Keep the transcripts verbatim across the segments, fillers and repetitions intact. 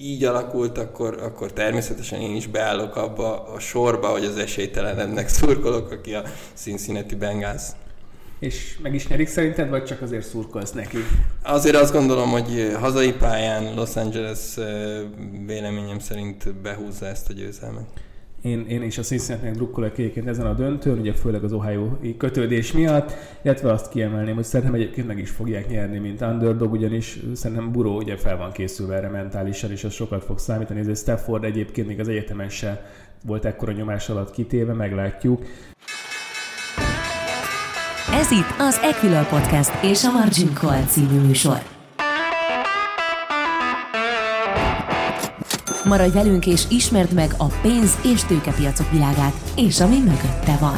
így alakult, akkor, akkor természetesen én is beállok abba a sorba, hogy az esélytelenebbnek szurkolok, aki a Cincinnati Bengals. És meg is nyerik szerinted, vagy csak azért szurkolsz neki? Azért azt gondolom, hogy hazai pályán Los Angeles véleményem szerint behúzza ezt a győzelmet. Én, én is a Cincinnati-nek drukkolok egyébként ezen a döntőn, ugye főleg az Ohio-i kötődés miatt, illetve azt kiemelném, hogy szerintem egyébként meg is fogják nyerni, mint underdog, ugyanis szerintem Burrow ugye fel van készülve erre mentálisan, és az sokat fog számítani. Ez Stafford egyébként még az egyetemen se volt ekkora nyomás alatt kitéve, meglátjuk. Ez itt az Equilor Podcast és a Margin Call című műsor. Maradj velünk és ismerd meg a pénz- és tőkepiacok világát, és ami mögötte van.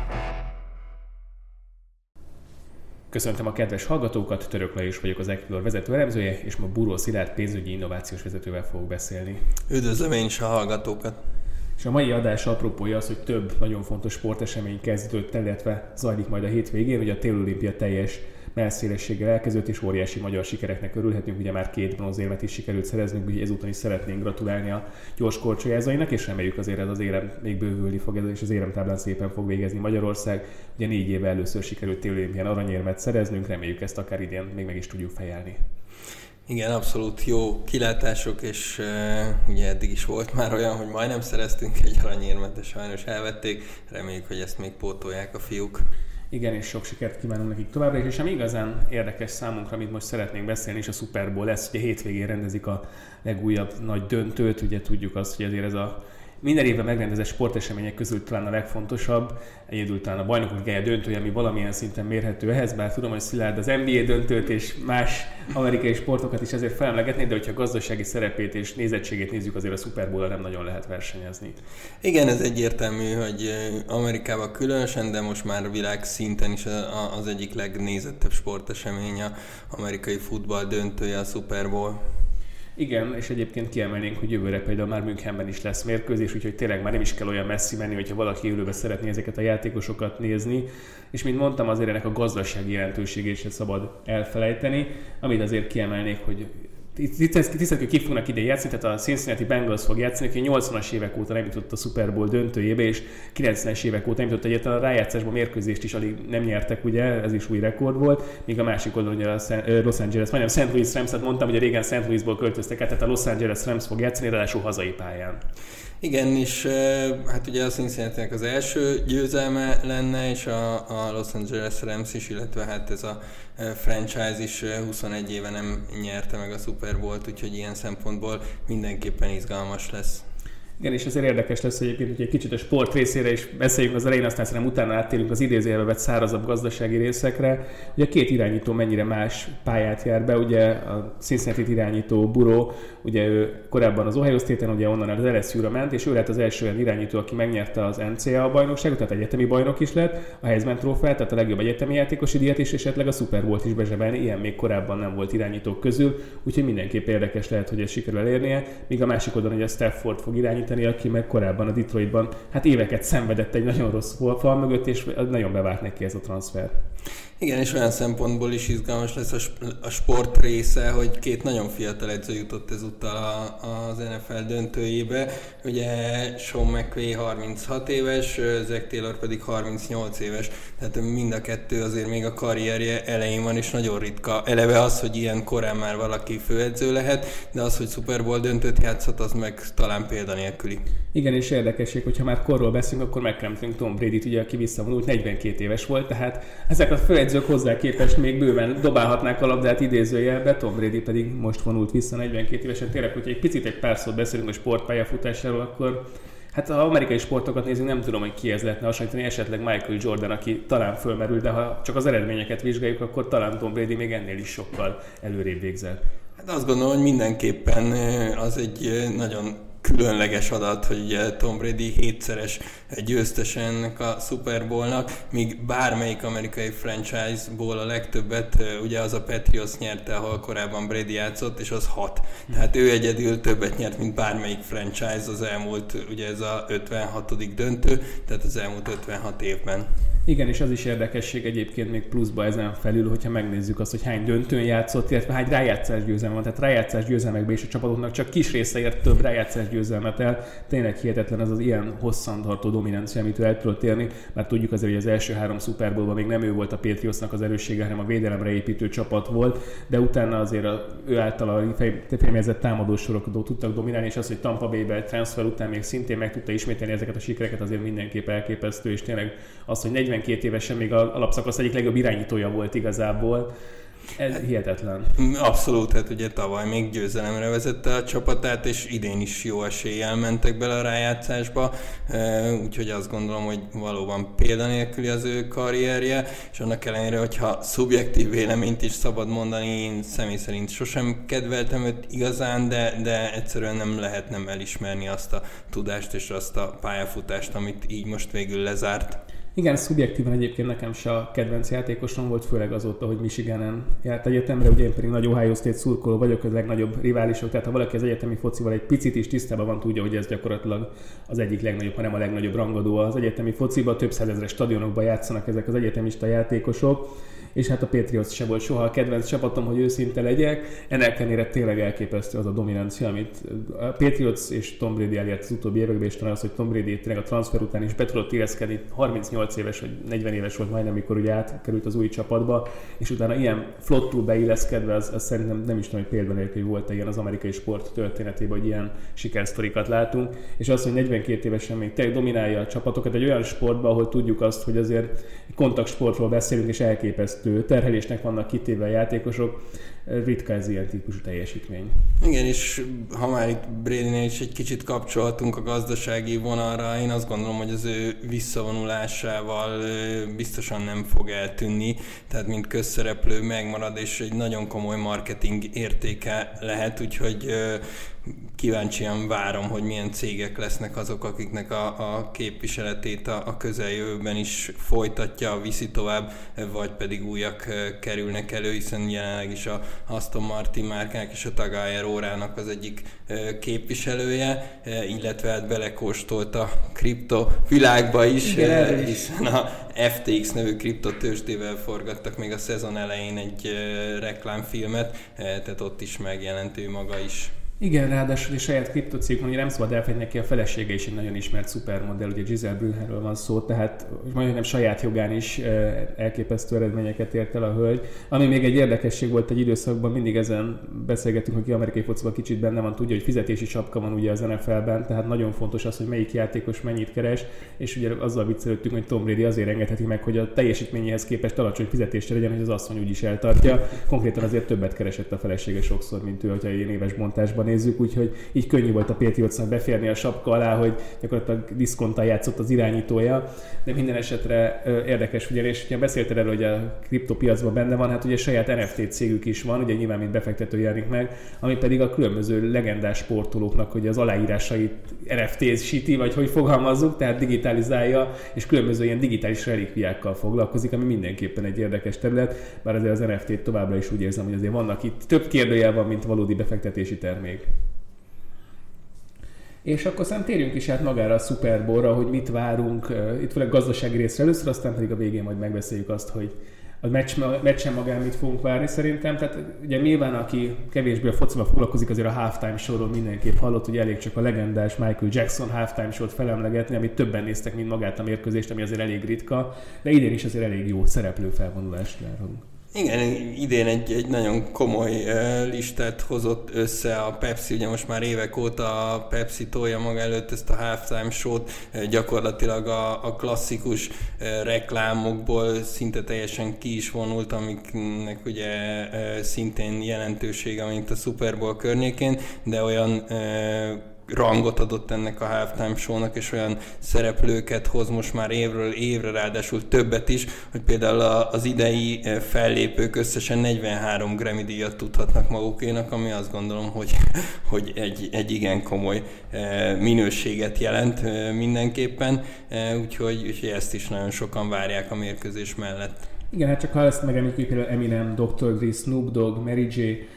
Köszöntöm a kedves hallgatókat, Török Lajos vagyok, az Equilor vezető elemzője, és ma Buró Szilárd pénzügyi innovációs vezetővel fogok beszélni. Üdvözlöm én is a hallgatókat! És a mai adás apropója az, hogy több nagyon fontos sportesemény kezdődött el, illetve zajlik majd a hétvégén, ugye a téli olimpia teljes mellszélességgel elkezdődött, és óriási magyar sikereknek örülhetünk, ugye már két bronzérmet is sikerült szereznünk, úgyhogy ezúton is szeretnénk gratulálni a gyors korcsolyázóinak, és reméljük azért ez az érem még bővülni fog, és az éremtáblán szépen fog végezni Magyarország. Ugye négy éve először sikerült téli olimpián aranyérmet szereznünk, reméljük ezt akár idén még meg is tudjuk fejelni. Igen, abszolút jó kilátások, és uh, ugye eddig is volt már olyan, hogy majdnem szereztünk egy aranyérmet, de sajnos elvették. Reméljük, hogy ezt még pótolják a fiúk. Igen, és sok sikert kívánunk nekik továbbra is, és ami igazán érdekes számunkra, amit most szeretnénk beszélni, és a Super Bowl lesz. Ugye hétvégén rendezik a legújabb nagy döntőt, ugye tudjuk azt, hogy azért ez a minden évben megrendezett sportesemények közül talán a legfontosabb, egyedül talán a Bajnokok Ligája döntője, ami valamilyen szinten mérhető ehhez, bár tudom, hogy Szilárd az en bé á döntőt és más amerikai sportokat is ezért felemlegetné, de hogyha gazdasági szerepét és nézettségét nézzük, azért a Super Bowl-ra nem nagyon lehet versenyezni. Igen, ez egyértelmű, hogy Amerikában különösen, de most már világszinten is az egyik legnézettebb sportesemény az amerikai futball döntője, a Super Bowl. Igen, és egyébként kiemelnénk, hogy jövőre például már Münchenben is lesz mérkőzés, úgyhogy tényleg már nem is kell olyan messzi menni, hogyha valaki élőben szeretné ezeket a játékosokat nézni. És mint mondtam, azért ennek a gazdasági jelentőségét sem szabad elfelejteni, amit azért kiemelnék, hogy tisztelt, hogy ki fognak ide játszani, tehát a Cincinnati Bengals fog játszani, aki nyolcvanas évek óta nem jutott a Super Bowl döntőjébe, és kilencvenes évek óta nem jutott egyáltalán a rájátszásban mérkőzést is alig nem nyertek, ugye, ez is új rekord volt, míg a másik oldalon ugye a Los Angeles, majdnem Saint Louis Rams-et mondtam, hogy régen Saint Louisból költöztek át, tehát a Los Angeles Rams fog játszani, ráadásul hazai pályán. Igen, és hát ugye a Cincinnati-nek az első győzelme lenne, és a, a Los Angeles Rams is, illetve hát ez a franchise is huszonegy éve nem nyerte meg a Super Bowl-t, úgyhogy ilyen szempontból mindenképpen izgalmas lesz. Igen, és azért érdekes lesz egyébként, hogy egy kicsit a sport részére is beszéljünk az elején, aztán szerintem utána áttérünk az idézőjelbe vett szárazabb gazdasági részekre. Ugye a két irányító mennyire más pályát jár be, ugye a Cincinnati irányító Burrow, ugye ő korábban az Ohio State-en, ugye onnan az el es u-ra ment, és ő lett az első olyan irányító, aki megnyerte az en cé á á bajnokságot, tehát egyetemi bajnok is lett, a Heisman trófeát, tehát a legjobb egyetemi játékosi díjat is, és esetleg a Super Bowl-t is bezsebelni, ilyen még korábban nem volt irányítók közül, úgyhogy mindenképp érdekes lehet, hogy ez sikerül elérnie, míg a másik oldalon, hogy a Stafford fog irányítani, aki meg korábban a Detroitban hát éveket szenvedett egy nagyon rossz fal mögött, és nagyon bevált neki ez a transfer. Igen, és olyan szempontból is izgalmas lesz a, a sport része, hogy két nagyon fiatal edző jutott ezúttal a, az en ef el döntőjébe. Ugye Sean McVay harminchat éves, Zac Taylor pedig harmincnyolc éves, tehát mind a kettő azért még a karrierje elején van, és nagyon ritka. Eleve az, hogy ilyen korán már valaki főedző lehet, de az, hogy Super Bowl döntőt játszhat, az meg talán példanélküli. Igen, és érdekesség, hogyha már korról beszélünk, akkor megkemtünk Tom Bradyt, ugye, aki visszavonult, negyvenkét éves volt, tehát ezek a főedzők hozzá képest még bőven dobálhatnák a labdát idézőjelbe, Tom Brady pedig most vonult vissza negyvenkét évesen. Tényleg, hogyha egy picit egy pár szót beszélünk a sportpályafutásáról, akkor hát ha amerikai sportokat nézünk, nem tudom, hogy ki ez lehetne hasonlítani, esetleg Michael Jordan, aki talán fölmerül, de ha csak az eredményeket vizsgáljuk, akkor talán Tom Brady még ennél is sokkal előrébb végzel. Hát azt gondolom, hogy mindenképpen az egy nagyon különleges adat, hogy ugye Tom Brady hétszeres győztese ennek a Super Bowl-nak, míg bármelyik amerikai franchise-ból a legtöbbet ugye az a Patriots nyerte, ahol korábban Brady játszott, és az hat. Tehát ő egyedül többet nyert, mint bármelyik franchise az elmúlt, ugye ez a ötvenhatodik döntő, tehát az elmúlt ötvenhat évben. Igen, és az is érdekesség egyébként még pluszba ezen felül, hogyha megnézzük azt, hogy hány döntőn játszott, illetve hány rájátszás győzelme van. Tehát rájátszás győzelmekben is a csapatoknak csak kis része ért több rájátszás győzelmet el. Tényleg hihetetlen az az ilyen hosszantartó dominancia, amit ő el tudott érni, mert tudjuk azért, hogy az első három Super Bowlban még nem ő volt a Patriotsnak az erőssége, hanem a védelemre építő csapat volt, de utána azért a, ő által a fejmezett támadósorok tudtak dominálni, és az, hogy Tampa Bay-be transfer után még szintén meg tudta ismételni ezeket a sikereket, azért mindenképp elképesztő, és tényleg az, hogy negyvenkét évesen még az alapszakasz egyik legjobb irányítója volt igazából. Ez hihetetlen. Abszolút, hát ugye tavaly még győzelemre vezette a csapatát, és idén is jó eséllyel mentek bele a rájátszásba, úgyhogy azt gondolom, hogy valóban példanélküli az ő karrierje, és annak ellenére, hogyha szubjektív véleményt is szabad mondani, én személy szerint sosem kedveltem őt igazán, de, de egyszerűen nem lehet nem elismerni azt a tudást és azt a pályafutást, amit így most végül lezárt. Igen, szubjektíven egyébként nekem se a kedvenc játékosom volt, főleg azóta, hogy Michiganen járt egyetemre, ugye én pedig nagy Ohio State szurkoló vagyok, az legnagyobb riválisok, tehát ha valaki az egyetemi focival egy picit is tisztában van, tudja, hogy ez gyakorlatilag az egyik legnagyobb, hanem a legnagyobb rangadó az egyetemi fociban, több százezres stadionokban játszanak ezek az egyetemista játékosok, és hát a Patriots se volt soha a kedvenc csapatom, hogy őszinte legyek. Ennek ellenére tényleg elképesztő az a dominancia, amit a Patriots és Tom Brady elért az utóbbi években, és talán az, hogy Tom Brady tényleg a transfer után is be tudott illeszkedni, harmincnyolc éves vagy negyven éves volt majdnem, amikor ugye átkerült az új csapatba, és utána ilyen flottul beilleszkedve, az, az szerintem nem is tudom, hogy példanélkül volt ilyen az amerikai sport történetében, hogy ilyen sikersztorikat látunk, és az, hogy negyvenkét évesen még tényleg dominálja a csapatokat egy olyan sportban, ahol tudjuk azt, hogy azért kontaktsportról beszélünk, és elképesztő terhelésnek vannak kitéve a játékosok, ritka ez ilyen típusú teljesítmény. Igen, és ha már itt Bradynél is egy kicsit kapcsolhatunk a gazdasági vonalra, én azt gondolom, hogy az ő visszavonulásával biztosan nem fog eltűnni, tehát mint közszereplő megmarad, és egy nagyon komoly marketing értéke lehet, úgyhogy kíváncsian várom, hogy milyen cégek lesznek azok, akiknek a, a képviseletét a, a közeljövőben is folytatja, viszi tovább, vagy pedig újak kerülnek elő, hiszen jelenleg is a Aston Martin márkának és a Tag Heuer-órának az egyik képviselője, illetve hát belekóstolt a kripto világba is, igen, hiszen a ef té iksz nevű kriptotőzsdével forgattak még a szezon elején egy reklámfilmet, tehát ott is megjelent ő maga is. Igen, ráadásul a saját kriptocég, mondja, nem szabad elfelejteni, neki a felesége is egy nagyon ismert szupermodell, ugye Gisele Bündcherről van szó, tehát majdnem saját jogán is elképesztő eredményeket ért el a hölgy. Ami még egy érdekesség volt egy időszakban, mindig ezen beszélgetünk, hogy ki amerikai fociban kicsit benne van, tudja, hogy fizetési sapka van ugye az en ef el-ben, tehát nagyon fontos az, hogy melyik játékos mennyit keres, és ugye azzal viccelődtünk, hogy Tom Brady azért engedheti meg, hogy a teljesítményéhez képest alacsony fizetésre legyen, hogy az asszony úgyis eltartja. Konkrétan azért többet keresett a felesége sokszor, mint ő, hogyha ilyen éves bontásban nézzük, úgyhogy így könnyű volt a Patriotsnak beférni a sapka alá, hogy gyakorlatilag diszkonttal játszott az irányítója, de minden esetre ö, érdekes figyelni, és hogyha beszéltél erről, hogy a kriptopiacban benne van, hát ugye saját en ef té cégük is van, ugye nyilván mint befektető jelenik meg, ami pedig a különböző legendás sportolóknak, hogy az aláírásait en ef té-síti, vagy hogy fogalmazzuk, tehát digitalizálja, és különböző ilyen digitális relikviákkal foglalkozik, ami mindenképpen egy érdekes terület, bár azért az en ef té továbbra is úgy érzem, hogy azért vannak itt több kérdőjel van, mint valódi befektetési termék. És akkor aztán térjünk is át magára a Super Bowl-ra, hogy mit várunk, itt főleg gazdasági részre először, aztán pedig a végén majd megbeszéljük azt, hogy a meccs, meccsen magán mit fogunk várni szerintem. Tehát ugye nyilván, aki kevésbé a focival foglalkozik, azért a halftime showról mindenképp hallott, hogy elég csak a legendás Michael Jackson halftime showt felemlegetni, amit többen néztek, mint magát a mérkőzést, ami azért elég ritka, de idén is azért elég jó szereplő felvonulást várunk. Igen, idén egy, egy nagyon komoly uh, listát hozott össze a Pepsi, ugye most már évek óta a Pepsi tolja maga előtt ezt a halftime show-t, uh, gyakorlatilag a, a klasszikus uh, reklámokból szinte teljesen ki is vonult, amiknek ugye uh, szintén jelentősége, mint a Super Bowl környékén, de olyan uh, rangot adott ennek a halftime show-nak, és olyan szereplőket hoz most már évről évre, ráadásul többet is, hogy például az idei fellépők összesen negyvenhárom Grammy díjat tudhatnak magukénak, ami azt gondolom, hogy, hogy egy, egy igen komoly minőséget jelent mindenképpen, úgyhogy, úgyhogy ezt is nagyon sokan várják a mérkőzés mellett. Igen, hát csak ha ezt megemlítjük, például Eminem, doktor Dre, Snoop Dogg, Mary J,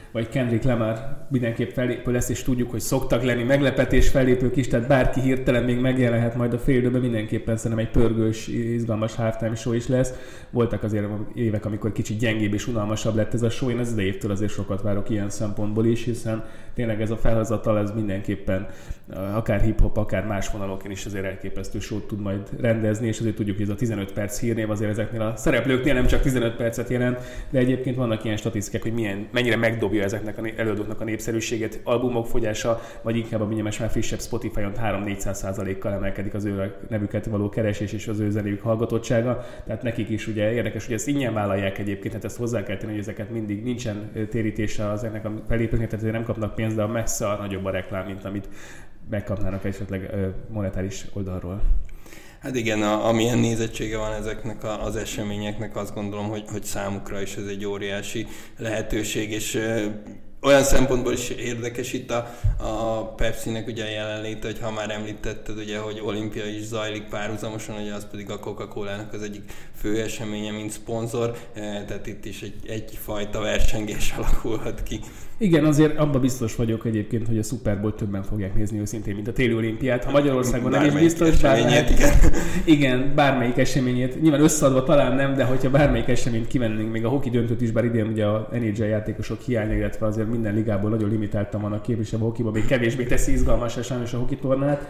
vagy Kendrick Lamar mindenképp fellépő lesz, és tudjuk, hogy szoktak lenni meglepetés fellépők is, tehát bárki hirtelen még megjelenhet majd a fél időben, mindenképpen szerintem egy pörgős, izgalmas halftime show is lesz. Voltak azért évek, amikor kicsit gyengébb és unalmasabb lett ez a show, én az idei évtől azért sokat várok ilyen szempontból is, hiszen tényleg ez a felhozatal, ez mindenképpen akár hip-hop, akár más vonalokon is azért elképesztő show-t tud majd rendezni, és azért tudjuk, hogy ez a tizenöt perc hírnév azért ezeknél a szereplőknél nem csak tizenöt percet jelent, de egyébként vannak ilyen statisztikák, hogy milyen, mennyire megdobja ezeknek az előadóknak a népszerűségét, albumok fogyása, vagy inkább a minimás már frissebb Spotify-on három-négyszáz százalékkal emelkedik az ő nevüket való keresés és az ő zenéjük hallgatottsága, tehát nekik is ugye érdekes, hogy ezt ingyen vállalják egyébként, hát ezt hozzá kell tenni, hogy ezeket mindig nincsen térítése az ennek a felépőknek, tehát nem kapnak pénzt, de a messze a nagyobb a reklám, mint amit megkapnának esetleg monetáris oldalról. Hát igen, a, amilyen nézettsége van ezeknek a, az eseményeknek, azt gondolom, hogy, hogy számukra is ez egy óriási lehetőség, és ö, olyan szempontból is érdekes itt a, a Pepsi-nek ugye a jelenléte, hogy ha már említetted, ugye, hogy olimpia is zajlik párhuzamosan, ugye az pedig a Coca-Colának az egyik fő eseménye, mint szponzor, tehát itt is egy, egyfajta versengés alakulhat ki. Igen, azért abban biztos vagyok egyébként, hogy a Super Bowl többen fogják nézni őszintén, mint a téli olimpiát. Ha Magyarországon nem is biztos, bármelyik, igen. igen, bármelyik eseményét. Nyilván összeadva talán nem, de hogyha bármelyik eseményt kivennénk, még a hoki döntőt is, bár idén ugye a en há el játékosok hiánya, illetve azért minden ligából nagyon limitáltan van a képvisebb a hokiban, még kevésbé teszi izgalmasra sajnos a hoki tornát.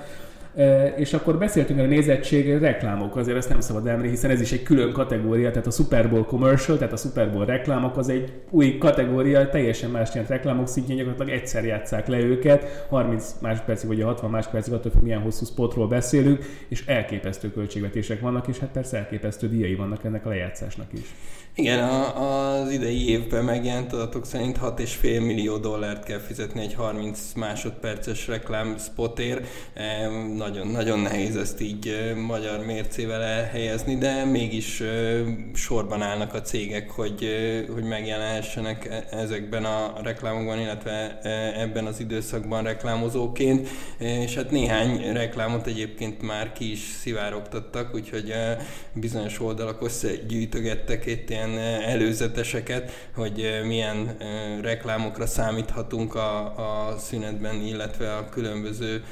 E, és akkor beszéltünk a nézettség, reklámok, azért ezt nem szabad elmenni, hiszen ez is egy külön kategória, tehát a Super Bowl commercial, tehát a Super Bowl reklámok az egy új kategória, teljesen más jelent reklámok szintjén, gyakorlatilag egyszer játsszák le őket, harminc másodpercig vagy hatvan másodpercig, attól függ, milyen hosszú spotról beszélünk, és elképesztő költségvetések vannak, és hát persze elképesztő díjai vannak ennek a lejátszásnak is. Igen, a, az idei évben megjelent adatok szerint hat egész öt millió dollárt kell fizetni egy harminc másodperces reklám spotért. Nagyon, nagyon nehéz ezt így magyar mércével elhelyezni, de mégis sorban állnak a cégek, hogy, hogy megjelenhessenek ezekben a reklámokban, illetve ebben az időszakban reklámozóként. És hát néhány reklámot egyébként már ki is szivárogtattak, úgyhogy bizonyos oldalak összegyűjtögettek itt ilyen előzeteseket, hogy milyen reklámokra számíthatunk a, a szünetben, illetve a különböző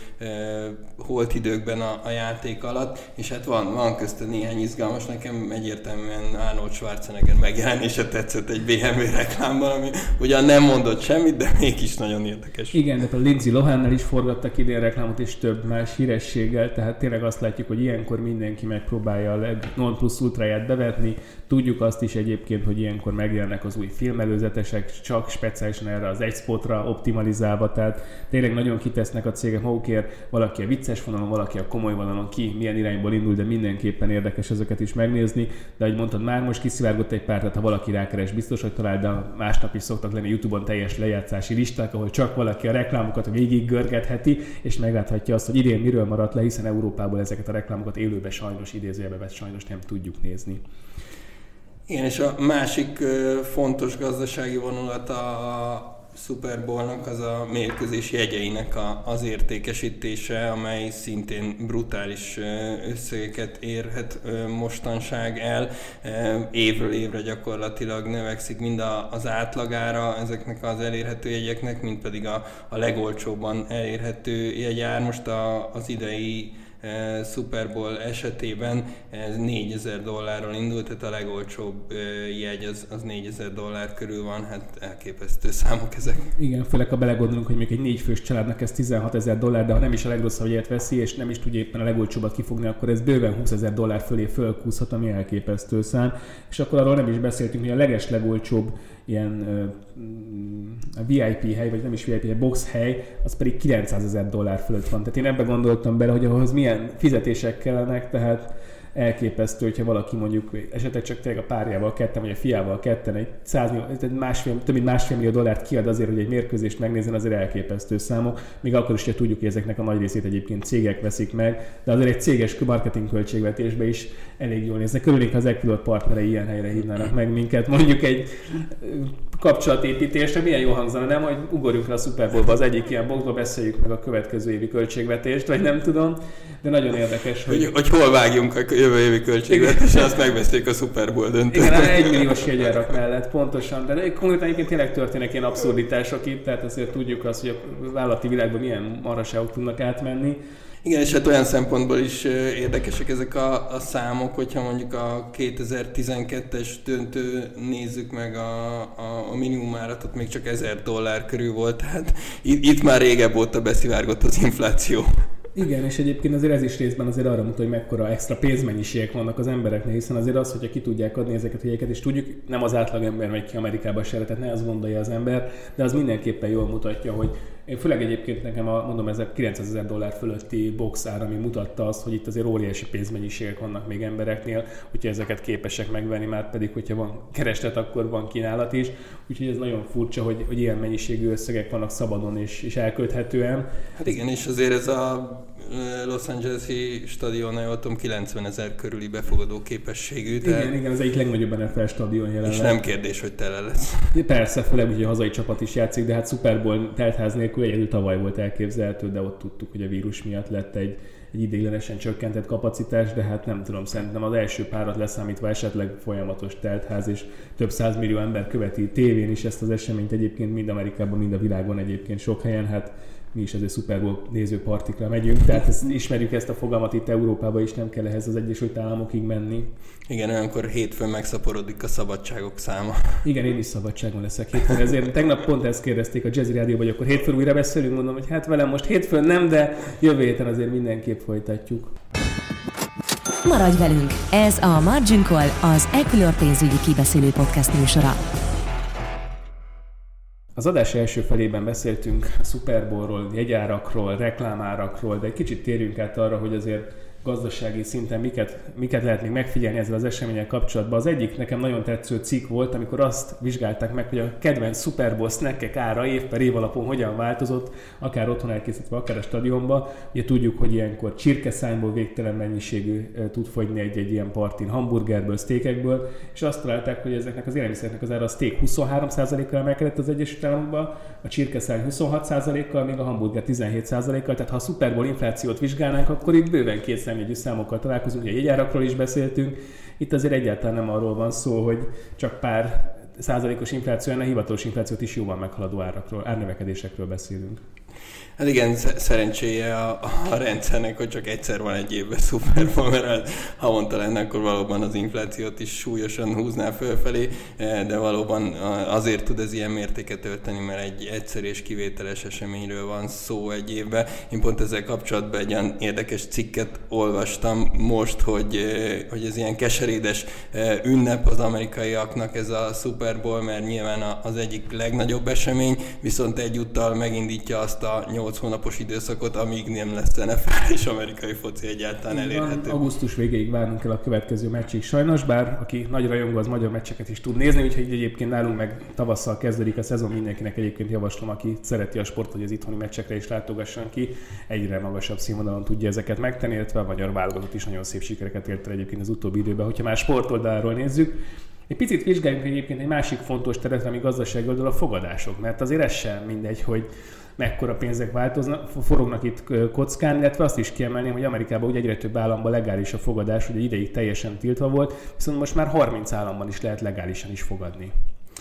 holtidőkben a, a játék alatt, és hát van, van közte néhány izgalmas, nekem egyértelműen Arnold Schwarzenegger megjelenése tetszett egy bé em vé reklámban, ami ugyan nem mondott semmit, de mégis nagyon érdekes. Igen, de a Lindsay Lohannal is forgattak idén reklámot, és több más hírességgel, tehát tényleg azt látjuk, hogy ilyenkor mindenki megpróbálja a leg non plus ultráját bevetni. Tudjuk azt is egyébként, hogy ilyenkor megjelennek az új filmelőzetesek, csak speciálisan erre az egy spotra optimalizálva, tehát tényleg nagyon kitesznek a cégek magukért, valaki a vicces vonalon, valaki a komoly vonalon, ki milyen irányból indul, de mindenképpen érdekes ezeket is megnézni. De ahogy mondtad, már most kiszivárgott egy pár, tehát ha valaki rákeres, biztos, hogy talál, de másnap is szoktak lenni YouTube-on teljes lejátszási listák, ahol csak valaki a reklámokat végig görgetheti, és megláthatja azt, hogy idén miről maradt le, hiszen Európából ezeket a reklámokat élőben sajnos, idézőjelbe vett sajnos nem tudjuk nézni. Igen, és a másik fontos gazdasági vonulat a Super Bowl-nak az a mérkőzés jegyeinek a, az értékesítése, amely szintén brutális összegeket érhet mostanság el. Évről évre gyakorlatilag növekszik mind az átlagára ezeknek az elérhető jegyeknek, mint pedig a, a legolcsóbban elérhető jegyár. Most a, az idei Super Bowl esetében ez négyezer dollárról indult, tehát a legolcsóbb jegy az, az négyezer dollár körül van, hát elképesztő számok ezek. Igen, főleg ha belegondolunk, hogy még egy négyfős családnak ez tizenhatezer dollár, de ha nem is a legrosszabb jegyet veszi, és nem is tudja éppen a legolcsóbbat kifogni, akkor ez bőven húszezer dollár fölé fölkúszhat, ami elképesztő szám. És akkor arról nem is beszéltünk, hogy a leges legolcsóbb ilyen uh, vé i pé hely, vagy nem is vé i pé hely, box hely, az pedig kilencszázezer dollár fölött van. Tehát én ebben gondoltam bele, hogy ahhoz milyen fizetések kellenek, tehát elképesztő, hogyha valaki mondjuk esetleg csak tényleg a párjával ketten, vagy a fiával ketten egy száz, másfél, több mint másfél millió dollárt kiad azért, hogy egy mérkőzést megnézzen, azért elképesztő számok. Még akkor is, hogy tudjuk, hogy ezeknek a nagy részét egyébként cégek veszik meg, de azért egy céges marketing költségvetésbe is elég jól néznek. Örülnék, ha az Equilor partnerei ilyen helyre hívnának meg minket. Mondjuk egy kapcsolatépítésre, milyen jó hangzana, nem, hogy ugorjunk le a Super Bowlba az egyik ilyen boxba, beszéljük meg a következő évi költségvetést, vagy nem tudom, de nagyon érdekes, hogy... Hogy, hogy hol vágjunk a jövő évi költségvetést, azt megbeszéljük a Super Bowl döntőt. Igen, egy milliós jegyerak mellett, pontosan, de konkrétan egyébként tényleg történnek ilyen abszurditások itt, tehát azért tudjuk azt, hogy a vállalati világban milyen maraságok tudnak átmenni. Igen, és hát olyan szempontból is érdekesek ezek a, a számok, hogyha mondjuk a kétezer-tizenkettes döntő nézzük meg a, a, a minimum árat, ott még csak ezer dollár körül volt, tehát itt, itt már régebb óta beszivárgott az infláció. Igen, és egyébként azért ez is részben azért arra mutat, hogy mekkora extra pénzmennyiségek vannak az embereknél, hiszen azért az, hogyha ki tudják adni ezeket a jegyeket, és tudjuk, nem az átlagember megy ki Amerikába se, tehát ne azt gondolja az ember, de az mindenképpen jól mutatja, hogy én főleg egyébként nekem a, mondom, ez a kilencszázezer dollár fölötti boxár, ami mutatta azt, hogy itt azért óriási pénzmennyiségek vannak még embereknél, hogyha ezeket képesek megvenni, már pedig, hogyha van kereslet, akkor van kínálat is. Úgyhogy ez nagyon furcsa, hogy, hogy ilyen mennyiségű összegek vannak szabadon és, és elkölthetően. Hát igen, és azért ez a Los Angeles-i stadion, jól tudom, kilencvenezer körüli befogadó képességű. Igen, tehát... igen, az egyik legnagyobb en ef el stadion jelenleg. És nem kérdés, hogy tele lesz. Persze, főleg, hogy a hazai csapat is játszik, de hát Super Bowl teltház nélkül egyedül tavaly volt elképzelhető, de ott tudtuk, hogy a vírus miatt lett egy, egy ideiglenesen csökkentett kapacitás, de hát nem tudom, szerintem az első párat leszámítva esetleg folyamatos teltház, és több százmillió ember követi tévén is ezt az eseményt egyébként, mind Amerikában, mind a világon egyébként sok helyen, hát mi is azért Super Bowl nézőpartikra megyünk, tehát ezt, ismerjük ezt a fogalmat itt Európában is, nem kell ehhez az Egyesült Államokig menni. Igen, olyankor hétfőn megszaporodik a szabadságok száma. Igen, én is szabadságon leszek hétfőn, ezért tegnap pont ezt kérdezték a Jazzy Rádióban, hogy akkor hétfőn újra beszélünk, mondom, hogy hát velem most hétfőn nem, de jövő héten azért mindenképp folytatjuk. Maradj velünk! Ez a Margin Call, az Equilor pénzügyi kibeszélő podcast műsora. Az adás első felében beszéltünk a Super Bowlról, jegyárakról, reklámárakról, de egy kicsit térjünk át arra, hogy azért gazdasági szinten miket, miket lehet még megfigyelni ezzel az eseményel kapcsolatban. Az egyik nekem nagyon tetsző cikk volt, amikor azt vizsgálták meg, hogy a kedvenc Super Bowl snackek ára év per év alapon hogyan változott, akár otthon elkészítve, akár a stadionba. Ugye tudjuk, hogy ilyenkor csirkeszányból végtelen mennyiségű tud fogyni egy-egy ilyen partin, hamburgerből, steakekből, és azt találták, hogy ezeknek az élelmiszereknek az ára a steak huszonhárom százalékkal emelkedett az Egyesült Államokban, a csirkeszány huszonhat százalékkal, még a hamburger tizenhét százalékkal, tehát ha a Super Bowl inflációt vizsgálnánk, akkor itt bőven két számjegyű számokkal találkozunk, ugye jegyárakról is beszéltünk. Itt azért egyáltalán nem arról van szó, hogy csak pár százalékos infláció, hanem a hivatalos inflációt is jóval meghaladó árakról, árnövekedésekről beszélünk. Hát igen, szerencséje a, a rendszernek, hogy csak egyszer van egy évben Super Bowl, mert ha mondta lenne, akkor valóban az inflációt is súlyosan húzná fölfelé, de valóban azért tud ez ilyen mértéket ölteni, mert egy egyszerű és kivételes eseményről van szó egy évben. Én pont ezzel kapcsolatban egy olyan érdekes cikket olvastam most, hogy, hogy ez ilyen keserédes ünnep az amerikaiaknak ez a Super Bowl, mert nyilván az egyik legnagyobb esemény, viszont egyúttal megindítja azt a nyolc hónapos időszakot, amíg nem lesz en ef el és amerikai foci egyáltalán elérhető. Augusztus végéig várnunk kell a következő meccsig sajnos, bár aki nagy rajongó, az magyar meccseket is tud nézni, úgyhogy egyébként nálunk meg tavasszal kezdődik a szezon, mindenkinek egyébként javaslom, aki szereti a sport, hogy az itthoni meccsekre is látogasson ki, egyre magasabb színvonalon tudja ezeket megtenni, illetve a magyar válogatott is nagyon szép sikereket ért el egyébként az utóbbi időben, hogyha már sportoldalról nézzük. Egy picit vizsgáljunk egyébként egy másik fontos területre, ami gazdasági oldal, a fogadások, mert azért ez sem mindegy, hogy mekkora pénzek változnak, forognak itt kockán, illetve azt is kiemelném, hogy Amerikában ugye egyre több államban legális a fogadás, ugye ideig teljesen tiltva volt, viszont most már harminc államban is lehet legálisan is fogadni.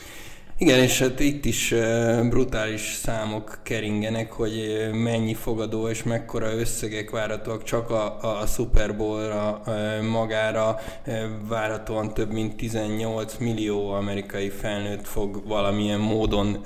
Igen, és hát itt is brutális számok keringenek, hogy mennyi fogadó és mekkora összegek várhatóak csak a, a Super Bowl-ra magára. Várhatóan több mint tizennyolc millió amerikai felnőtt fog valamilyen módon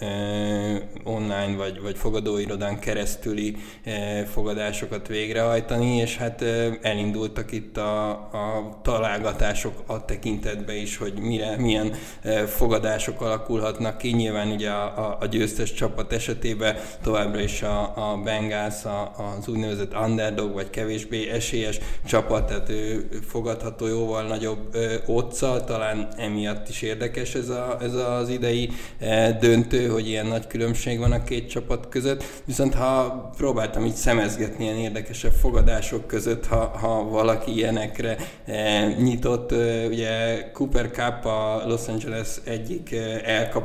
online vagy, vagy fogadóirodán keresztüli fogadásokat végrehajtani, és hát elindultak itt a, a találgatások a tekintetben is, hogy mire, milyen fogadások alakulhatnak ki. Nyilván ugye a, a, a győztes csapat esetében továbbra is a, a Bengals, a, az úgynevezett underdog, vagy kevésbé esélyes csapat, tehát ő fogadható jóval nagyobb oddsal, talán emiatt is érdekes ez, a, ez az idei e, döntő, hogy ilyen nagy különbség van a két csapat között. Viszont ha próbáltam így szemezgetni ilyen érdekesebb fogadások között, ha, ha valaki ilyenekre e, nyitott, e, ugye Cooper Kupp, a Los Angeles egyik elkapott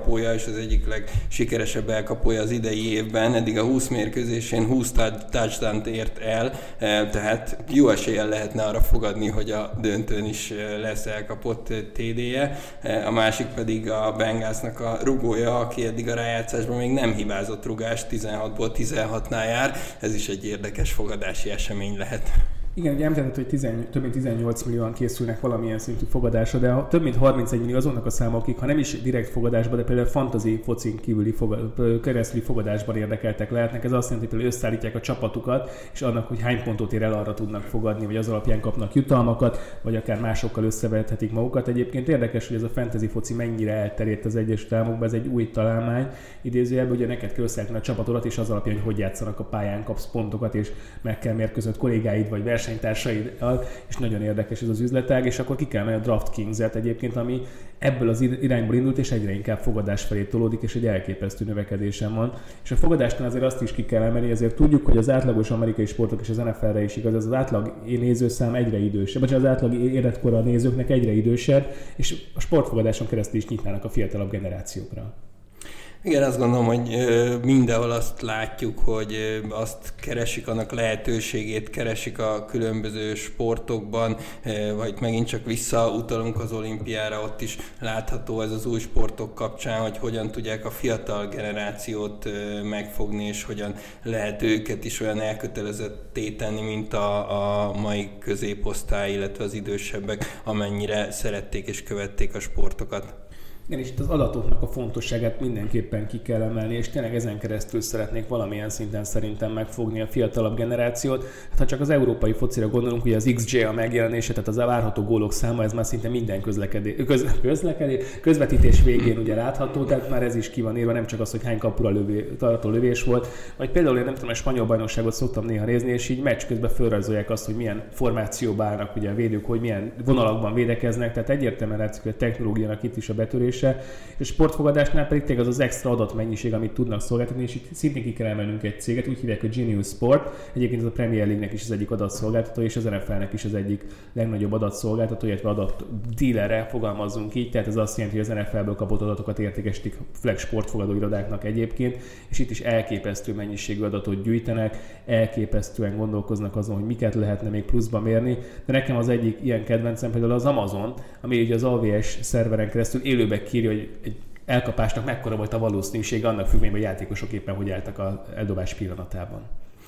elkapója, és az egyik legsikeresebb elkapója az idei évben. Eddig a húsz mérkőzésén húsz touchdownt ért el, tehát jó eséllyel lehetne arra fogadni, hogy a döntőn is lesz elkapott té dé-je. A másik pedig a Bengalsnak a rugója, aki eddig a rájátszásban még nem hibázott rugás, tizenhatból tizenhatnál jár. Ez is egy érdekes fogadási esemény lehet. Igen, ugye említett, hogy tizen, több mint tizennyolc millióan készülnek valamilyen szintű fogadásra, de több mint harmincegy millió azonnak a számok, akik, ha nem is direkt fogadásban, de például fantasy focin kívüli fogad, keresztüli fogadásban érdekeltek lehetnek. Ez azt jelenti, hogy például összeállítják a csapatukat, és annak, hogy hány pontot ér el, arra tudnak fogadni, vagy az alapján kapnak jutalmakat, vagy akár másokkal összevethetik magukat. Egyébként érdekes, hogy ez a fantasy foci mennyire elterjedt az Egyesült Államokban, ez egy új találmány. Idézőjelben ugye neked kell összeállítani a csapatodat, és az alapján, hogy hogy játszanak a pályán, kapsz pontokat, és meg kell mérkőzött kollégáid vagy versenytársaiddal, és nagyon érdekes ez az üzletág, és akkor ki kell menni a DraftKings-et egyébként, ami ebből az irányból indult, és egyre inkább fogadás felé tolódik, és egy elképesztő növekedésen van. És a fogadásnál azért azt is ki kell emelni, ezért tudjuk, hogy az átlagos amerikai sportok és az en ef el-re is igaz, az átlag nézőszám egyre idősebb, vagy az átlag életkora a nézőknek egyre idősebb, és a sportfogadáson keresztül is nyitnának a fiatalabb generációkra. Igen, azt gondolom, hogy mindenhol azt látjuk, hogy azt keresik, annak lehetőségét keresik a különböző sportokban, vagy megint csak visszautalunk az olimpiára, ott is látható ez az új sportok kapcsán, hogy hogyan tudják a fiatal generációt megfogni, és hogyan lehet őket is olyan elkötelezetté tenni, mint a, a mai középosztály, illetve az idősebbek, amennyire szerették és követték a sportokat. Igen, és itt az adatoknak a fontosságát mindenképpen ki kell emelni, és tényleg ezen keresztül szeretnék valamilyen szinten szerintem megfogni a fiatalabb generációt. Hát ha csak az európai focira gondolunk, hogy az iksz gé a megjelenése, tehát az a várható gólok száma, ez már szinte minden közlekedés, köz, közlekedés, közvetítés végén ugye látható, tehát már ez is ki van írva, nem csak az, hogy hány kapura lövé, tartó lövés volt, vagy például én nem tudom, a spanyol bajnokságot szoktam néha nézni, és így meccs közben felrajzolják azt, hogy milyen formációban állnak ugye a védők, hogy milyen vonalakban védekeznek, tehát egyértelműen látszik, hogy a technológiának itt is a betörés. És a sportfogadásnál pedig tényleg az az extra adatmennyiség, amit tudnak szolgáltatni, és itt szintén ki kell emelnünk egy céget, úgy hívják, hogy Genius Sport. Egyébként ez a Premier League-nek is az egyik adatszolgáltató, és az en ef el-nek is az egyik legnagyobb adatszolgáltató, illetve adatdílere, fogalmazzunk így. Tehát ez azt jelenti, hogy az en ef el-ből kapott adatokat értékesítik flag sportfogadó irodáknak egyébként, és itt is elképesztő mennyiségű adatot gyűjtenek, elképesztően gondolkoznak azon, hogy miket lehetne még pluszba mérni. De nekem az egyik ilyen kedvencem például az Amazon, ami ugye az á vé es szerveren keresztül élőbe írja, hogy egy elkapásnak mekkora volt a valószínűsége annak függvényben, hogy a játékosok éppen hogy álltak az eldobás pillanatában.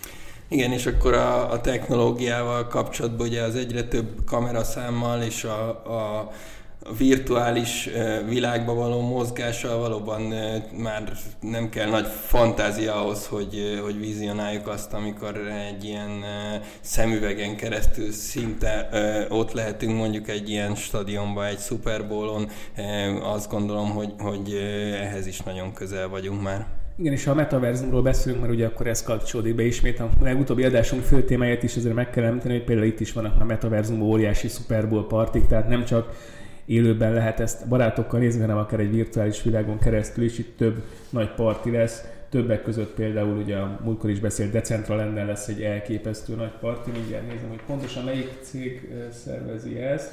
Igen, és akkor a, a technológiával kapcsolatban ugye az egyre több kameraszámmal és a, a a virtuális világba való mozgással valóban már nem kell nagy fantázia ahhoz, hogy, hogy vizionáljuk azt, amikor egy ilyen szemüvegen keresztül szinte ott lehetünk mondjuk egy ilyen stadionban, egy Super Bowl-on. Azt gondolom, hogy, hogy ehhez is nagyon közel vagyunk már. Igen, és ha a metaverzumról beszélünk, mert ugye akkor ez kapcsolódik be ismét. A legutóbbi adásunk fő témáját is azért meg kell említeni, hogy például itt is vannak már metaverzum óriási Super Bowl partik, tehát nem csak élőben lehet ezt barátokkal nézni, hanem akár egy virtuális világon keresztül is, itt több nagy parti lesz. Többek között például ugye a múltkor is beszélt Decentralanden lesz egy elképesztő nagy parti. Mindjárt nézem, hogy pontosan melyik cég szervezi ezt.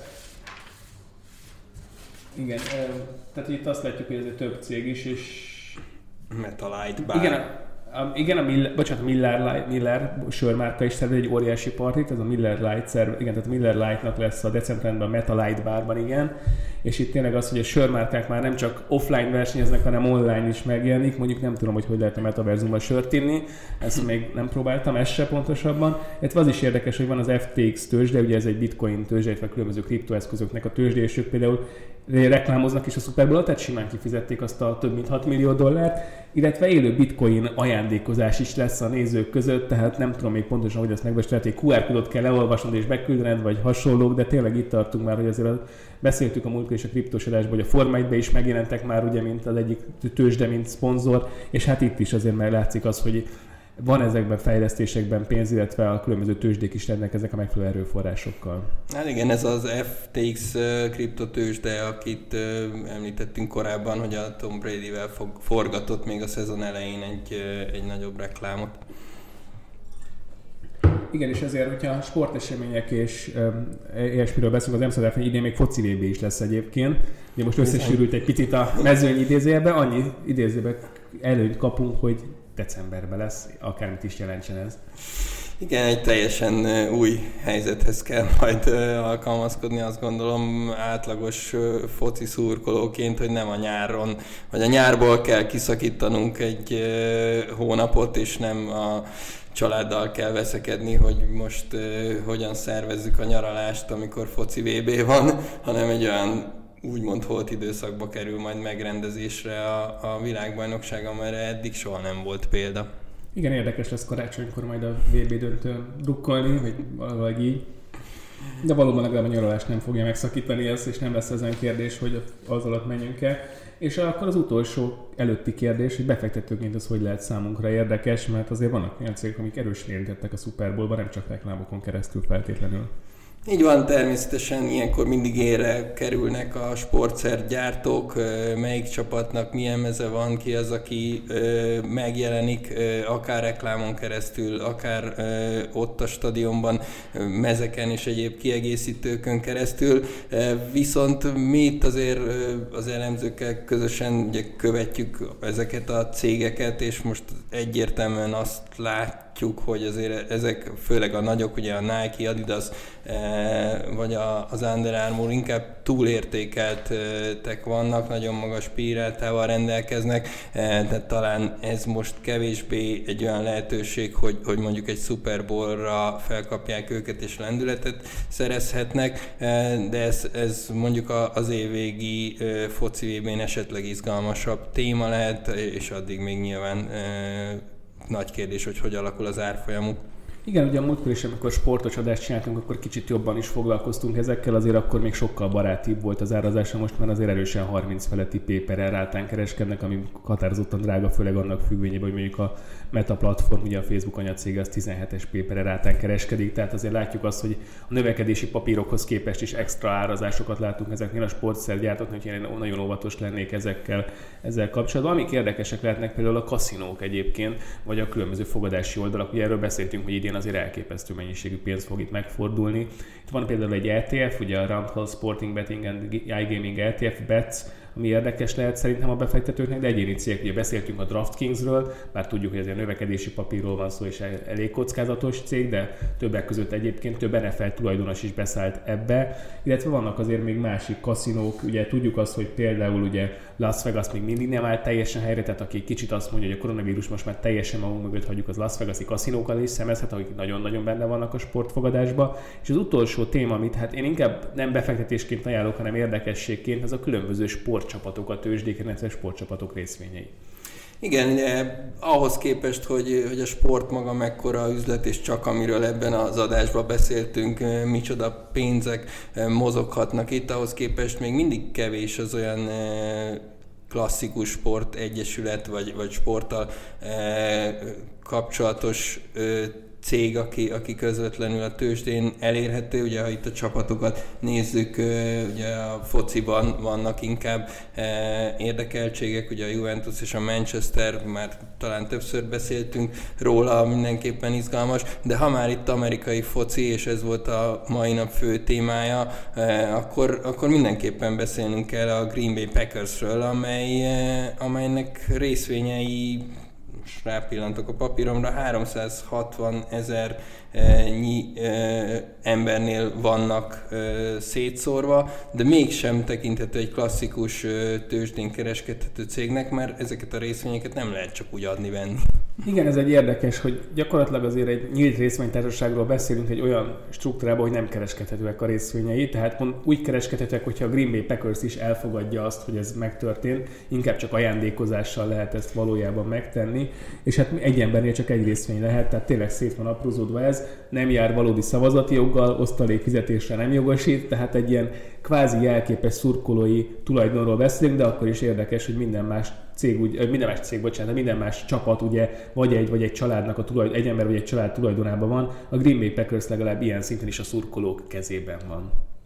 Igen, tehát itt azt látjuk, hogy ez egy több cég is, és... Metalight Bar. Igen, a, igen, a Miller, bocsánat, a Miller, Miller sörmárka is szervez egy óriási partit, ez a Miller Lite szerv, igen, tehát a Miller Lite-nak lesz a Decentralandben, a Metalight Barban, igen, és itt tényleg az, hogy a sörmárkák már nem csak offline versenyeznek, hanem online is megjelenik, mondjuk nem tudom, hogy hogy lehet a metaverzumban sört inni, ezt még nem próbáltam, ez se pontosabban. Illetve az is érdekes, hogy van az ef té iksz tőzsde, ugye ez egy bitcoin tőzsde, illetve különböző kriptoeszközöknek a tőzsde, és ők például reklámoznak is a Super Bowl-ot, tehát simán kifizették azt a több mint hat millió dollárt, illetve élő bitcoin ajándékozás is lesz a nézők között, tehát nem tudom még pontosan, hogy ezt megbeszélték, kú er kódot kell leolvasnod és beküldened, vagy hasonlók, de tényleg itt tartunk már, hogy azért a, beszéltük a múltkor és a kriptós adásban, hogy a Forma egyben is megjelentek már ugye, mint az egyik tőzsde, mint szponzor, és hát itt is azért már látszik az, hogy van ezekben fejlesztésekben pénz, illetve a különböző tőzsdék is rendelkeznek a megfelelő erőforrásokkal. Hát igen, ez az ef té iksz kriptotőzsde, akit említettünk korábban, hogy a Tom Bradyvel forgatott még a szezon elején egy, egy nagyobb reklámot. Igen, és ezért, hogyha sportesemények és um, ilyesmiről beszélünk, az nem szabad elfelejteni, idén még foci vé bé is lesz egyébként. Ugye most összesűrült egy picit a mezőny idézőjelbe, annyi idézőjelbe előnyt kapunk, hogy decemberben lesz, akármit is jelentsen ez. Igen, egy teljesen új helyzethez kell majd alkalmazkodni, azt gondolom átlagos foci szurkolóként, hogy nem a nyáron, vagy a nyárból kell kiszakítanunk egy hónapot, és nem a családdal kell veszekedni, hogy most hogyan szervezzük a nyaralást, amikor foci vé bé van, hanem egy olyan úgymond holt időszakba kerül majd megrendezésre a, a világbajnokság, amelyre eddig soha nem volt példa. Igen, érdekes lesz karácsonykor majd a vé bé döntőn drukkolni, vagy valahogy így. De valóban legalább a nyaralást nem fogja megszakítani ezt, és nem lesz ezen kérdés, hogy az alatt menjünk el. És akkor az utolsó előtti kérdés, hogy befektetőként ez hogy lehet számunkra érdekes, mert azért vannak olyan cégek, amik erősen érintettek a Super Bowl-ban, nem csak reklámokon keresztül feltétlenül. Így van, természetesen ilyenkor mindig érre kerülnek a sportszergyártók, melyik csapatnak milyen meze van, ki az, aki megjelenik, akár reklámon keresztül, akár ott a stadionban, mezeken és egyéb kiegészítőkön keresztül. Viszont mi itt azért az elemzőkkel közösen ugye követjük ezeket a cégeket, és most egyértelműen azt látjuk, hogy azért ezek, főleg a nagyok, ugye a Nike, Adidas, vagy az Under Armour inkább túlértékeltek vannak, nagyon magas pírátával rendelkeznek, de talán ez most kevésbé egy olyan lehetőség, hogy, hogy mondjuk egy Super Bowl-ra felkapják őket és lendületet szerezhetnek, de ez, ez mondjuk az évvégi foci vé bén esetleg izgalmasabb téma lehet, és addig még nyilván nagy kérdés, hogy hogy alakul az árfolyamuk. Igen, ugye a múltkor is, amikor sportos adást csináltunk, akkor kicsit jobban is foglalkoztunk ezekkel, azért akkor még sokkal barátibb volt az árazása, most már azért erősen harminc feletti paper rátán kereskednek, ami határozottan drága, főleg annak függvényében, hogy mondjuk a Meta platform, ugye a Facebook anyacége az tizenhetes paper rátán kereskedik, tehát azért látjuk azt, hogy a növekedési papírokhoz képest is extra árazásokat látunk ezeknél a sportszergyártóknak, hogy én nagyon óvatos lennék ezekkel, ezzel kapcsolatban. Amik érdekesek lehetnek például a kaszinók egyébként, vagy a különböző fogadási oldalak, ugye erről beszéltünk, hogy idén azért elképesztő mennyiségű pénz fog itt megfordulni. Itt van például egy é té ef, ugye a Roundhouse Sporting Betting and iGaming é té ef Bets, ami érdekes lehet szerintem a befektetőknek, de egyéni cégek, ugye beszéltünk a DraftKingsről, bár tudjuk, hogy ez egy növekedési papírról van szó, és elég kockázatos cég, de többek között egyébként több en ef el tulajdonos is beszállt ebbe, illetve vannak azért még másik kaszinók, ugye tudjuk azt, hogy például ugye Las Vegas még mindig nem áll teljesen helyre, tehát aki kicsit azt mondja, hogy a koronavírus most már teljesen magunk mögött hagyjuk, az Las Vegas-i kaszinókat is szemezhet, akik nagyon-nagyon benne vannak a sportfogadásba. És az utolsó téma, amit hát én inkább nem befektetésként ajánlok, hanem érdekességként, az a különböző sportcsapatok, a tőzsdéken, illetve sportcsapatok részvényei. Igen, ugye, ahhoz képest, hogy, hogy a sport maga mekkora üzlet, és csak amiről ebben az adásban beszéltünk, micsoda pénzek mozoghatnak itt, ahhoz képest még mindig kevés az olyan klasszikus sportegyesület, vagy, vagy sporttal kapcsolatos cég, aki, aki közvetlenül a tőzsdén elérhető. Ugye, ha itt a csapatokat nézzük, ugye a fociban vannak inkább érdekeltségek, ugye a Juventus és a Manchester, már talán többször beszéltünk róla, mindenképpen izgalmas, de ha már itt amerikai foci, és ez volt a mai nap fő témája, akkor, akkor mindenképpen beszélnünk kell a Green Bay Packersről, amely, amelynek részvényei, most rápillantok a papíromra, háromszázhatvan ezer nyi embernél vannak szétszórva, de mégsem tekinthető egy klasszikus tőzsdén kereskedhető cégnek, mert ezeket a részvényeket nem lehet csak úgy adni-venni. Igen, ez egy érdekes, hogy gyakorlatilag azért egy nyílt részvénytársaságról beszélünk egy olyan struktúrában, hogy nem kereskedhetőek a részvényei, tehát úgy kereskedhetőek, hogyha a Green Bay Packers is elfogadja azt, hogy ez megtörtént, inkább csak ajándékozással lehet ezt valójában megtenni, és hát egy embernél csak egy részvény lehet, tehát tényleg szét van aprózódva ez, nem jár valódi szavazati joggal, osztalék fizetésre nem jogosít, tehát egy ilyen kvázi jelképes szurkolói tulajdonról beszélünk, de akkor is érdekes, hogy minden más cég, úgy, minden más cég, bocsánat, minden más csapat ugye vagy egy vagy egy családnak a tulajdon, egy ember vagy egy család tulajdonában van, a Green Bay Packers legalább ilyen szinten is a szurkolók kezében van.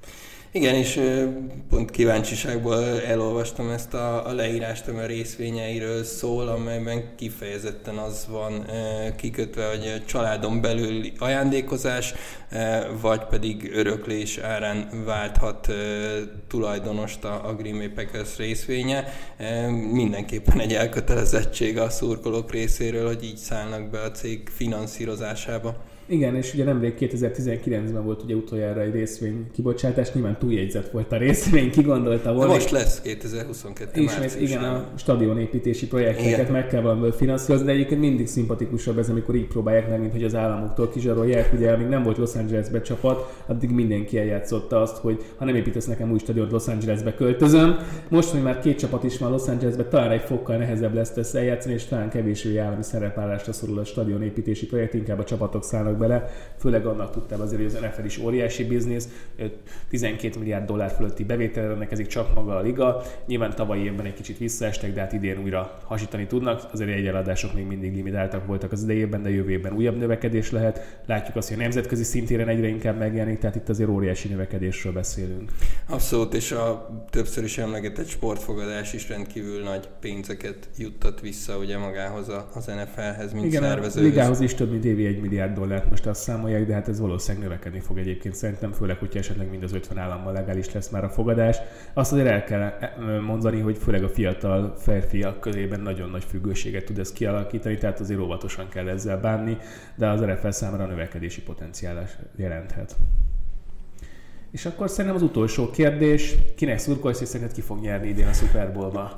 Igen, és pont kíváncsiságból elolvastam ezt a, a leírást, ami a részvényeiről szól, amelyben kifejezetten az van kikötve, hogy családon belüli ajándékozás, vagy pedig öröklés árán válthat tulajdonost a Green Bay Packers részvénye. Mindenképpen egy elkötelezettség a szurkolók részéről, hogy így szállnak be a cég finanszírozásába. Igen, és ugye nemrég kétezer-tizenkilencben volt ugye utoljára egy részvény kibocsátás, nyilván túljegyzett volt a részvény, ki gondolta volna. Most lesz kétezer-huszonkettő márciusban. Igen, a stadionépítési projekteket igen. meg kell valamiből finanszírozni, de egyébként mindig szimpatikusabb ez, amikor így próbálják meg, mint hogy az államoktól kizsarolják. Ugye amíg nem volt Los Angelesbe csapat, addig mindenki eljátszotta azt, hogy ha nem építesz nekem új stadiont, Los Angelesbe költözöm. Most, hogy már két csapat is van Los Angelesbe, talán egy fokkal nehezebb lesz ezt eljátszani, és talán kevésbé állami szereplásra szorul a stadionépítési projekt, inkább a csapatok szállnak bele, főleg annak tudtál azért, hogy az en ef el is óriási biznisz, tizenkét milliárd dollár fölötti bevételre rendelkezik csak maga a liga. Nyilván tavalyi évben egy kicsit visszaestek, de hát idén újra hasítani tudnak. Azért egyenladások még mindig limitáltak voltak az idejében, de jövő évben újabb növekedés lehet. Látjuk azt, hogy a nemzetközi szintéren egyre inkább megjelenik, tehát itt azért óriási növekedésről beszélünk. Abszolút, és a többször is emlegetett sportfogadás is rendkívül nagy pénzeket juttat vissza ugye magához az en ef elhez, mint igen, szervezőhöz. Igen, a ligához is több mint évi egy milliárd dollár. Most azt számolják, de hát ez valószínűleg növekedni fog egyébként szerintem, főleg, hogyha esetleg mind az ötven állammal legális lesz már a fogadás. Azt azért el kell mondani, hogy főleg a fiatal férfiak körében nagyon nagy függőséget tud ez kialakítani, tehát azért óvatosan kell ezzel bánni, de az en ef el számára a növekedési potenciál jelenthet. És akkor szerintem az utolsó kérdés, kinek szurkolsz, és szerinted ki fog nyerni idén a Super Bowl-ba?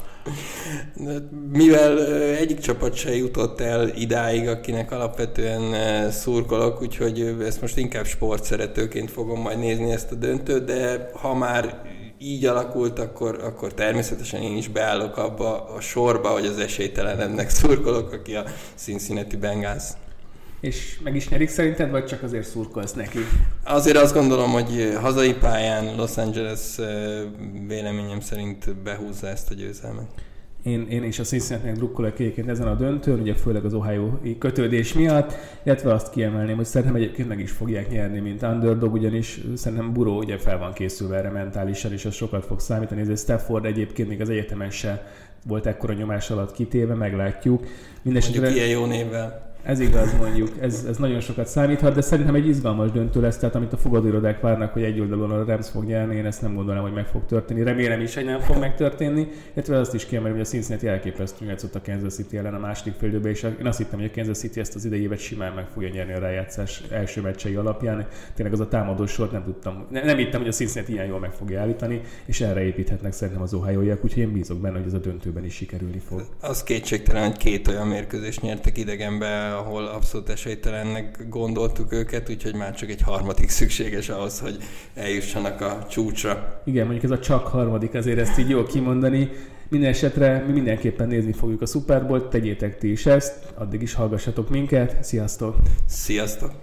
Mivel egyik csapat se jutott el idáig, akinek alapvetően szurkolok, úgyhogy ezt most inkább sportszeretőként fogom majd nézni ezt a döntőt, de ha már így alakult, akkor, akkor természetesen én is beállok abba a sorba, hogy az esélytelenebbnek szurkolok, aki a Cincinnati Bengals. És meg is nyerik szerinted, vagy csak azért szurkolsz neki? Azért azt gondolom, hogy hazai pályán Los Angeles véleményem szerint behúzza ezt a győzelmet. Én, én is a Cincinnati-nek drukkolok egyébként ezen a döntőn, ugye főleg az Ohio-i kötődés miatt, illetve azt kiemelném, hogy szerintem egyébként meg is fogják nyerni, mint underdog, ugyanis szerintem Burrow ugye fel van készülve erre mentálisan, és az sokat fog számítani. Ez Stafford egyébként még az egyetemen se volt ekkora nyomás alatt kitéve, meglátjuk. Mindenesetre... Mondjuk ilyen jó névvel. Ez igaz, mondjuk, ez, ez nagyon sokat számíthat, de szerintem egy izgalmas döntő lesz, tehát amit a fogadóirodák várnak, hogy egy oldalon a Rams fog nyerni, én ezt nem gondolom, hogy meg fog történni. Remélem is, hogy nem fog megtörténni, illetve azt is kiemelem, hogy a Cincinnati elképesztő játszott a Kansas City ellen a második félidőben, és én azt hittem, hogy a Kansas City ezt az idei évet simán meg fogja nyerni a rájátszás első meccsei alapján. Tényleg az a támadó sort nem tudtam, nem, nem hittem, hogy a Cincinnati ilyen jól meg fogja állítani, és erre építhetnek szerintem az Ohio-iak, úgyhogy én bízok benne, hogy ez a döntőben is sikerülni fog. Az kétségtelen, hogy két olyan mérkőzést nyertek idegenbe, ahol abszolút esélytelennek gondoltuk őket, úgyhogy már csak egy harmadik szükséges ahhoz, hogy eljussanak a csúcsra. Igen, mondjuk ez a csak harmadik, azért ezt így jól kimondani. Minden esetre mi mindenképpen nézni fogjuk a Super Bowl-t, tegyétek ti is ezt, addig is hallgassatok minket, sziasztok! Sziasztok!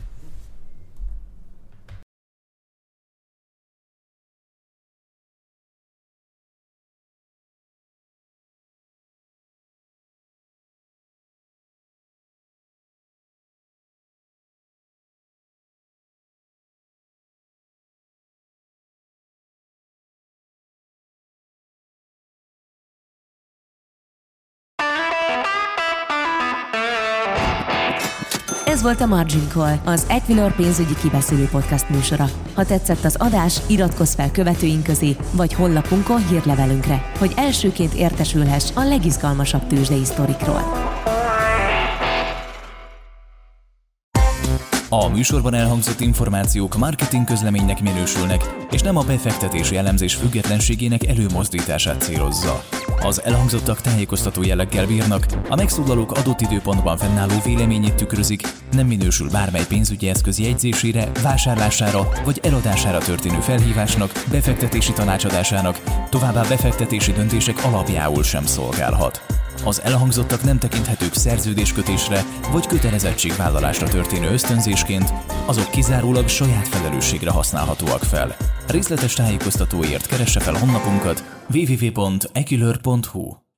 Ez volt a Margin Call, az Equilor pénzügyi kibeszélő podcast műsora. Ha tetszett az adás, iratkozz fel követőink közé, vagy honlapunkon hírlevelünkre, hogy elsőként értesülhess a legizgalmasabb tőzsdei sztorikról. A műsorban elhangzott információk marketing közleménynek minősülnek, és nem a befektetési elemzés függetlenségének előmozdítását célozza. Az elhangzottak tájékoztató jelleggel bírnak, a megszólalók adott időpontban fennálló véleményét tükrözik, nem minősül bármely pénzügyi eszköz jegyzésére, vásárlására vagy eladására történő felhívásnak, befektetési tanácsadásának, továbbá befektetési döntések alapjául sem szolgálhat. Az elhangzottak nem tekinthetők szerződéskötésre vagy kötelezettségvállalásra történő ösztönzésként, azok kizárólag saját felelősségre használhatóak fel. Részletes tájékoztatóért keresse fel honlapunkat double-u double-u double-u pont equilor pont hu.